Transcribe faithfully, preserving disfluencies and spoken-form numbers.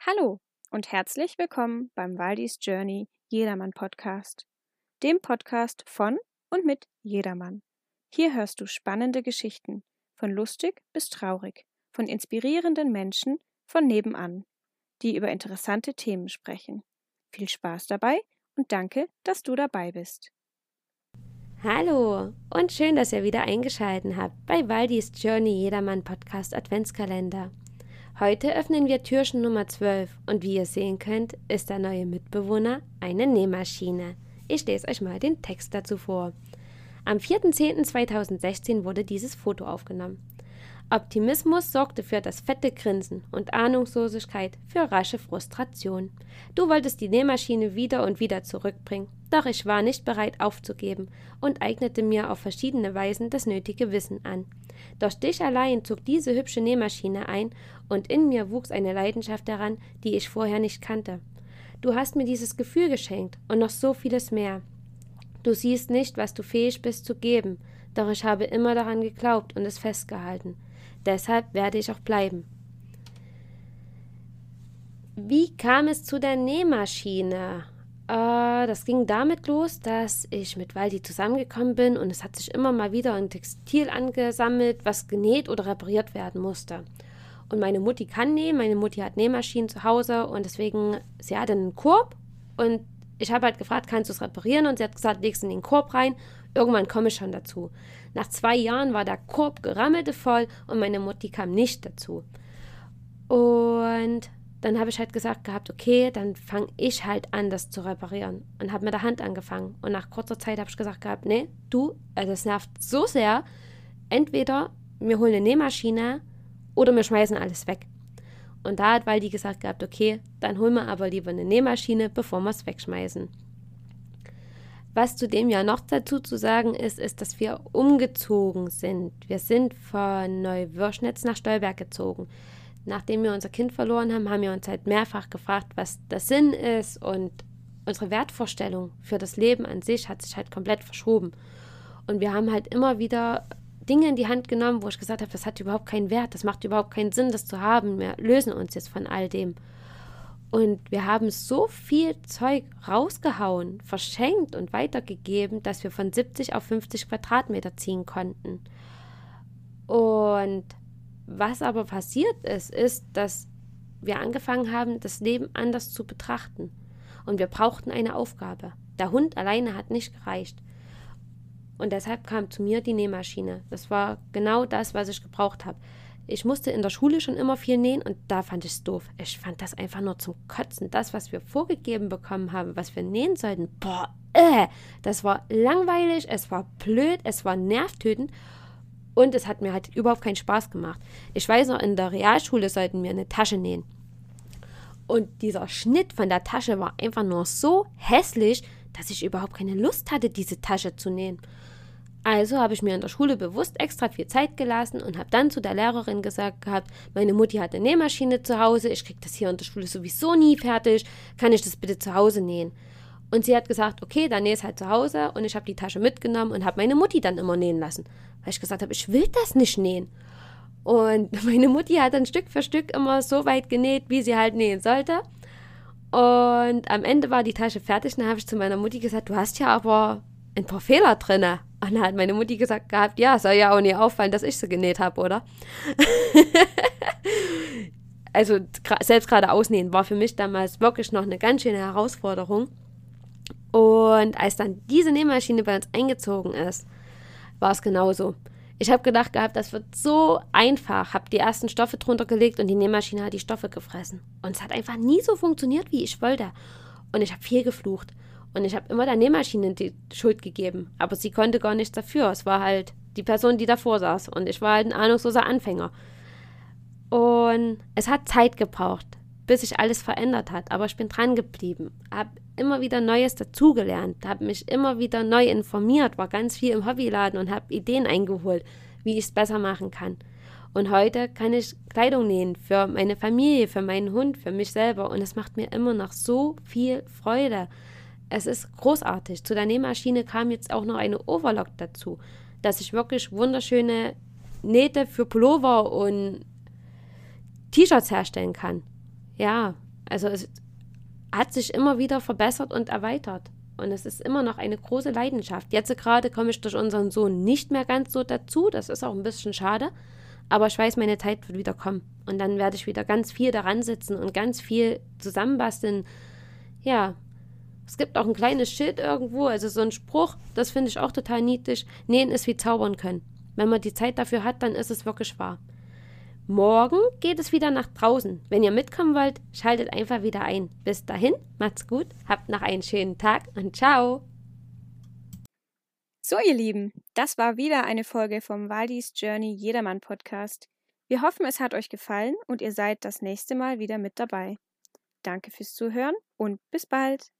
Hallo und herzlich willkommen beim Waldis Journey Jedermann Podcast, dem Podcast von und mit Jedermann. Hier hörst du spannende Geschichten, von lustig bis traurig, von inspirierenden Menschen von nebenan, die über interessante Themen sprechen. Viel Spaß dabei und danke, dass du dabei bist. Hallo und schön, dass ihr wieder eingeschaltet habt bei Waldis Journey Jedermann Podcast Adventskalender. Heute öffnen wir Türchen Nummer zwölf und wie ihr sehen könnt, ist der neue Mitbewohner eine Nähmaschine. Ich lese euch mal den Text dazu vor. Am vierter zehnter zweitausendsechzehn wurde dieses Foto aufgenommen. Optimismus sorgte für das fette Grinsen und Ahnungslosigkeit für rasche Frustration. Du wolltest die Nähmaschine wieder und wieder zurückbringen, doch ich war nicht bereit aufzugeben und eignete mir auf verschiedene Weisen das nötige Wissen an. Durch dich allein zog diese hübsche Nähmaschine ein und in mir wuchs eine Leidenschaft heran, die ich vorher nicht kannte. Du hast mir dieses Gefühl geschenkt und noch so vieles mehr. Du siehst nicht, was du fähig bist zu geben, doch ich habe immer daran geglaubt und es festgehalten. Deshalb werde ich auch bleiben. Wie kam es zu der Nähmaschine? Äh, das ging damit los, dass ich mit Waldi zusammengekommen bin und es hat sich immer mal wieder ein Textil angesammelt, was genäht oder repariert werden musste. Und meine Mutti kann nähen, meine Mutti hat Nähmaschinen zu Hause und deswegen, sie hatte einen Korb und ich habe halt gefragt, kannst du es reparieren? Und sie hat gesagt, legst in den Korb rein, irgendwann komme ich schon dazu. Nach zwei Jahren war der Korb gerammelte voll und meine Mutti kam nicht dazu. Und dann habe ich halt gesagt gehabt, okay, dann fange ich halt an, das zu reparieren. Und habe mit der Hand angefangen. Und nach kurzer Zeit habe ich gesagt gehabt, nee, du, also das nervt so sehr, entweder wir holen eine Nähmaschine oder wir schmeißen alles weg. Und da hat Waldi gesagt gehabt, okay, dann holen wir aber lieber eine Nähmaschine, bevor wir es wegschmeißen. Was zu dem ja noch dazu zu sagen ist, ist, dass wir umgezogen sind. Wir sind von Neuwürschnitz nach Stolberg gezogen. Nachdem wir unser Kind verloren haben, haben wir uns halt mehrfach gefragt, was der Sinn ist, und unsere Wertvorstellung für das Leben an sich hat sich halt komplett verschoben. Und wir haben halt immer wieder Dinge in die Hand genommen, wo ich gesagt habe, das hat überhaupt keinen Wert, das macht überhaupt keinen Sinn, das zu haben. Wir lösen uns jetzt von all dem. Und wir haben so viel Zeug rausgehauen, verschenkt und weitergegeben, dass wir von siebzig auf fünfzig Quadratmeter ziehen konnten. Und was aber passiert ist, ist, dass wir angefangen haben, das Leben anders zu betrachten. Und wir brauchten eine Aufgabe. Der Hund alleine hat nicht gereicht. Und deshalb kam zu mir die Nähmaschine. Das war genau das, was ich gebraucht habe. Ich musste in der Schule schon immer viel nähen und da fand ich es doof. Ich fand das einfach nur zum Kotzen. Das, was wir vorgegeben bekommen haben, was wir nähen sollten, boah, äh, das war langweilig, es war blöd, es war nervtötend und es hat mir halt überhaupt keinen Spaß gemacht. Ich weiß noch, in der Realschule sollten wir eine Tasche nähen. Und dieser Schnitt von der Tasche war einfach nur so hässlich, dass ich überhaupt keine Lust hatte, diese Tasche zu nähen. Also habe ich mir in der Schule bewusst extra viel Zeit gelassen und habe dann zu der Lehrerin gesagt gehabt, meine Mutti hat eine Nähmaschine zu Hause, ich kriege das hier in der Schule sowieso nie fertig, kann ich das bitte zu Hause nähen? Und sie hat gesagt, okay, dann nähe es halt zu Hause, und ich habe die Tasche mitgenommen und habe meine Mutti dann immer nähen lassen, weil ich gesagt habe, ich will das nicht nähen. Und meine Mutti hat dann Stück für Stück immer so weit genäht, wie sie halt nähen sollte. Und am Ende war die Tasche fertig und dann habe ich zu meiner Mutti gesagt, du hast ja aber ein paar Fehler drin. Und dann hat meine Mutti gesagt gehabt, ja, soll ja auch nie auffallen, dass ich sie genäht habe, oder? Also selbst gerade ausnähen war für mich damals wirklich noch eine ganz schöne Herausforderung. Und als dann diese Nähmaschine bei uns eingezogen ist, war es genauso. Ich habe gedacht gehabt, das wird so einfach, habe die ersten Stoffe drunter gelegt und die Nähmaschine hat die Stoffe gefressen. Und es hat einfach nie so funktioniert, wie ich wollte. Und ich habe viel geflucht. Und ich habe immer der Nähmaschine die Schuld gegeben. Aber sie konnte gar nichts dafür. Es war halt die Person, die davor saß. Und ich war halt ein ahnungsloser Anfänger. Und es hat Zeit gebraucht, bis sich alles verändert hat. Aber ich bin dran geblieben. Habe immer wieder Neues dazugelernt. Habe mich immer wieder neu informiert. War ganz viel im Hobbyladen und habe Ideen eingeholt, wie ich es besser machen kann. Und heute kann ich Kleidung nähen für meine Familie, für meinen Hund, für mich selber. Und es macht mir immer noch so viel Freude. Es ist großartig. Zu der Nähmaschine kam jetzt auch noch eine Overlock dazu, dass ich wirklich wunderschöne Nähte für Pullover und T-Shirts herstellen kann. Ja, Also es hat sich immer wieder verbessert und erweitert. Und es ist immer noch eine große Leidenschaft. Jetzt gerade komme ich durch unseren Sohn nicht mehr ganz so dazu. Das ist auch ein bisschen schade. Aber ich weiß, meine Zeit wird wieder kommen. Und dann werde ich wieder ganz viel daran sitzen und ganz viel zusammenbasteln. Ja, es gibt auch ein kleines Schild irgendwo, also so ein Spruch, das finde ich auch total niedlich. Nähen ist wie zaubern können. Wenn man die Zeit dafür hat, dann ist es wirklich wahr. Morgen geht es wieder nach draußen. Wenn ihr mitkommen wollt, schaltet einfach wieder ein. Bis dahin, macht's gut, habt noch einen schönen Tag und ciao. So, ihr Lieben, das war wieder eine Folge vom Waldis Journey Jedermann Podcast. Wir hoffen, es hat euch gefallen und ihr seid das nächste Mal wieder mit dabei. Danke fürs Zuhören und bis bald.